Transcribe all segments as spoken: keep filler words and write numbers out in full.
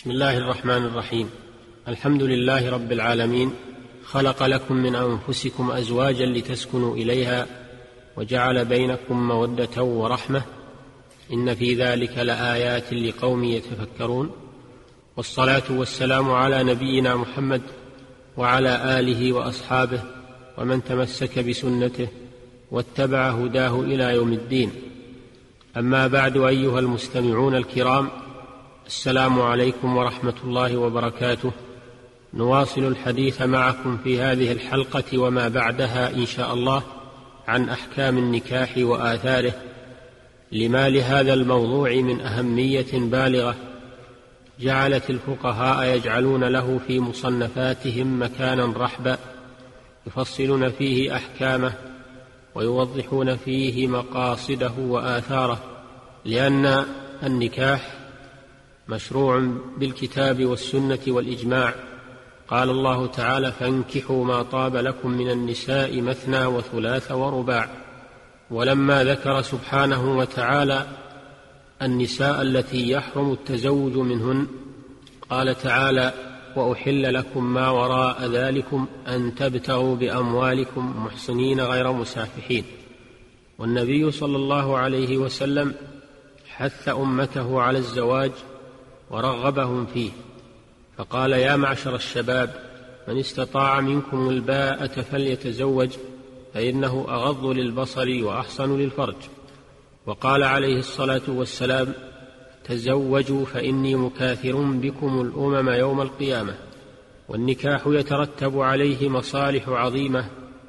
بسم الله الرحمن الرحيم. الحمد لله رب العالمين، خلق لكم من أنفسكم أزواجا لتسكنوا إليها وجعل بينكم مودة ورحمة، إن في ذلك لآيات لقوم يتفكرون. والصلاة والسلام على نبينا محمد وعلى آله وأصحابه ومن تمسك بسنته واتبع هداه إلى يوم الدين. أما بعد، أيها المستمعون الكرام، السلام عليكم ورحمة الله وبركاته. نواصل الحديث معكم في هذه الحلقة وما بعدها إن شاء الله عن أحكام النكاح وآثاره، لما لهذا الموضوع من أهمية بالغة جعلت الفقهاء يجعلون له في مصنفاتهم مكانا رحبا، يفصلون فيه أحكامه ويوضحون فيه مقاصده وآثاره، لأن النكاح مشروع بالكتاب والسنة والإجماع. قال الله تعالى: فانكحوا ما طاب لكم من النساء مثنى وثلاث ورباع. ولما ذكر سبحانه وتعالى النساء التي يحرم التزوج منهن قال تعالى: وأحل لكم ما وراء ذلكم أن تبتغوا بأموالكم محصنين غير مسافحين. والنبي صلى الله عليه وسلم حث أمته على الزواج ورغبهم فيه، فقال: يا معشر الشباب، من استطاع منكم الباءة فليتزوج فإنه أغض للبصر وأحصن للفرج. وقال عليه الصلاة والسلام: تزوجوا فإني مكاثر بكم الأمم يوم القيامة. والنكاح يترتب عليه مصالح عظيمة،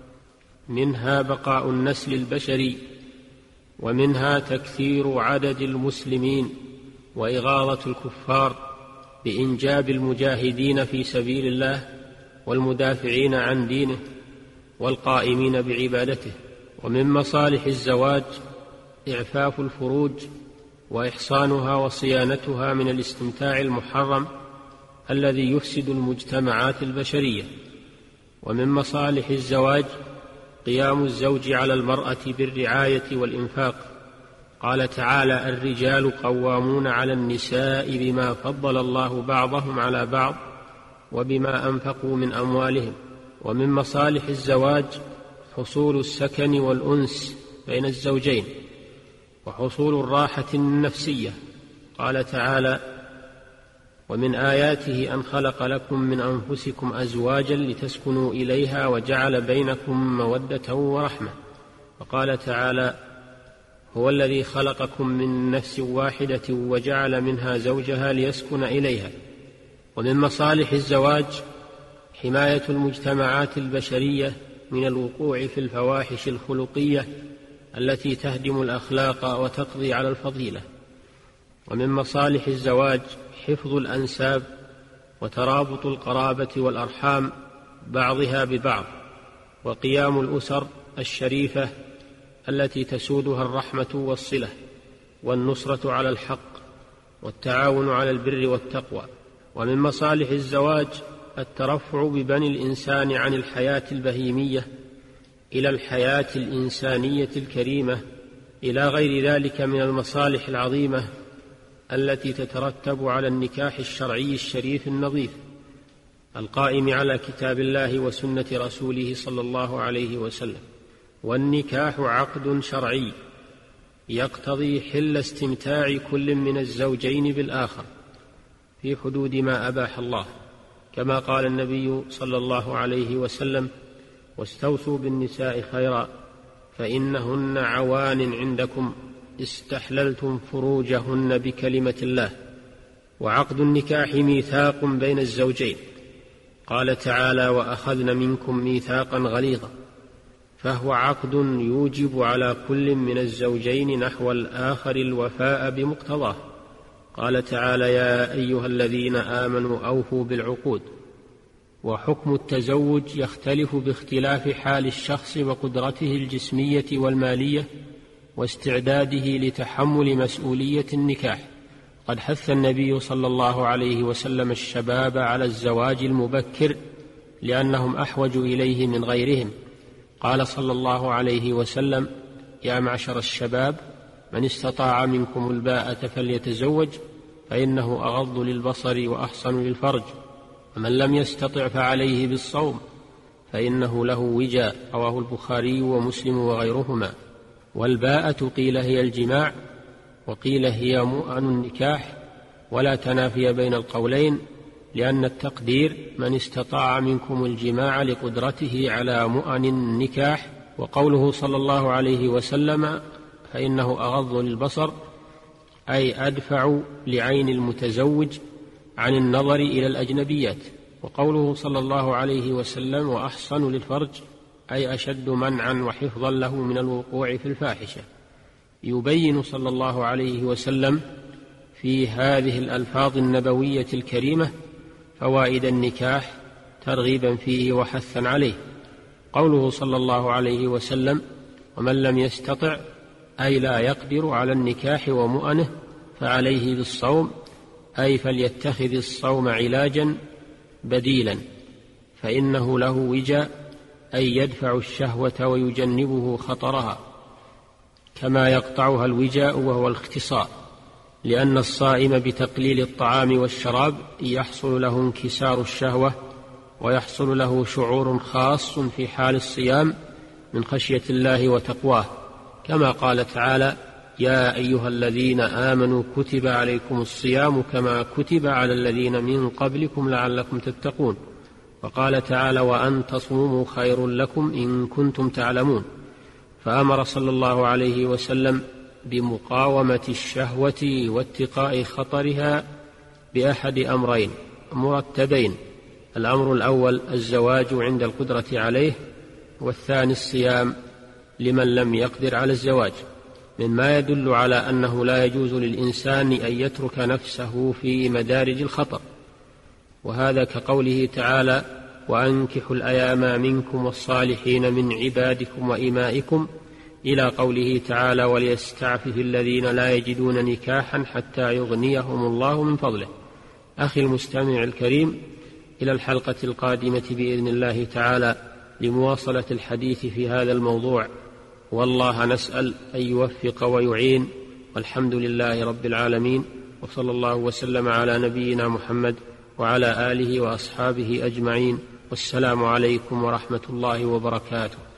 منها بقاء النسل البشري، ومنها تكثير عدد المسلمين وإغاظة الكفار بإنجاب المجاهدين في سبيل الله والمدافعين عن دينه والقائمين بعبادته. ومن مصالح الزواج إعفاف الفروج وإحصانها وصيانتها من الاستمتاع المحرم الذي يفسد المجتمعات البشرية. ومن مصالح الزواج قيام الزوج على المرأة بالرعاية والإنفاق. قال تعالى: الرجال قوامون على النساء بما فضل الله بعضهم على بعض وبما أنفقوا من أموالهم. ومن مصالح الزواج حصول السكن والأنس بين الزوجين وحصول الراحة النفسية. قال تعالى: ومن آياته أن خلق لكم من أنفسكم أزواجا لتسكنوا إليها وجعل بينكم مودة ورحمة. وقال تعالى: هو الذي خلقكم من نفس واحدة وجعل منها زوجها ليسكن إليها. ومن مصالح الزواج حماية المجتمعات البشرية من الوقوع في الفواحش الخلقية التي تهدم الأخلاق وتقضي على الفضيلة. ومن مصالح الزواج حفظ الأنساب وترابط القرابة والأرحام بعضها ببعض، وقيام الأسر الشريفة التي تسودها الرحمة والصلة والنصرة على الحق والتعاون على البر والتقوى. ومن مصالح الزواج الترفع ببني الإنسان عن الحياة البهيمية إلى الحياة الإنسانية الكريمة، إلى غير ذلك من المصالح العظيمة التي تترتب على النكاح الشرعي الشريف النظيف القائم على كتاب الله وسنة رسوله صلى الله عليه وسلم. والنكاح عقد شرعي يقتضي حل استمتاع كل من الزوجين بالآخر في حدود ما أباح الله، كما قال النبي صلى الله عليه وسلم: واستوصوا بالنساء خيرا فإنهن عوان عندكم استحللتم فروجهن بكلمة الله. وعقد النكاح ميثاق بين الزوجين. قال تعالى: وأخذن منكم ميثاقا غليظا. فهو عقد يوجب على كل من الزوجين نحو الآخر الوفاء بمقتضاه. قال تعالى: يا أيها الذين آمنوا أوفوا بالعقود. وحكم التزوج يختلف باختلاف حال الشخص وقدرته الجسمية والمالية واستعداده لتحمل مسؤولية النكاح. قد حث النبي صلى الله عليه وسلم الشباب على الزواج المبكر لأنهم أحوج إليه من غيرهم. قال صلى الله عليه وسلم: يا معشر الشباب، من استطاع منكم الباءة فليتزوج فإنه أغض للبصر وأحصن للفرج، ومن لم يستطع فعليه بالصوم فإنه له وجاء. رواه البخاري ومسلم وغيرهما. والباءة قيل هي الجماع، وقيل هي مؤن النكاح، ولا تنافي بين القولين، لأن التقدير من استطاع منكم الجماع لقدرته على مؤن النكاح. وقوله صلى الله عليه وسلم فإنه أغض للبصر أي أدفع لعين المتزوج عن النظر إلى الأجنبيات. وقوله صلى الله عليه وسلم وأحصن للفرج أي أشد منعا وحفظا له من الوقوع في الفاحشة. يبين صلى الله عليه وسلم في هذه الألفاظ النبوية الكريمة فوائد النكاح ترغيبا فيه وحثا عليه. قوله صلى الله عليه وسلم ومن لم يستطع أي لا يقدر على النكاح ومؤنه فعليه بالصوم أي فليتخذ الصوم علاجا بديلا، فإنه له وجاء أي يدفع الشهوة ويجنبه خطرها، كما يقطعها الوجاء وهو الاختصاء، لأن الصائم بتقليل الطعام والشراب يحصل له انكسار الشهوة، ويحصل له شعور خاص في حال الصيام من خشية الله وتقواه، كما قال تعالى يا أيها الذين آمنوا كتب عليكم الصيام كما كتب على الذين من قبلكم لعلكم تتقون. وقال تعالى وأن تصوموا خير لكم إن كنتم تعلمون. فأمر صلى الله عليه وسلم بمقاومة الشهوة واتقاء خطرها بأحد أمرين مرتبين: الأمر الأول الزواج عند القدرة عليه، والثاني الصيام لمن لم يقدر على الزواج، مما يدل على أنه لا يجوز للإنسان أن يترك نفسه في مدارج الخطر. وهذا كقوله تعالى وأنكحوا الأيام منكم والصالحين من عبادكم وإمائكم، إلى قوله تعالى وليستعفف الذين لا يجدون نكاحا حتى يغنيهم الله من فضله. أخي المستمع الكريم، إلى الحلقة القادمة بإذن الله تعالى لمواصلة الحديث في هذا الموضوع، والله نسأل أن يوفق ويعين، والحمد لله رب العالمين، وصلى الله وسلم على نبينا محمد وعلى آله وأصحابه أجمعين، والسلام عليكم ورحمة الله وبركاته.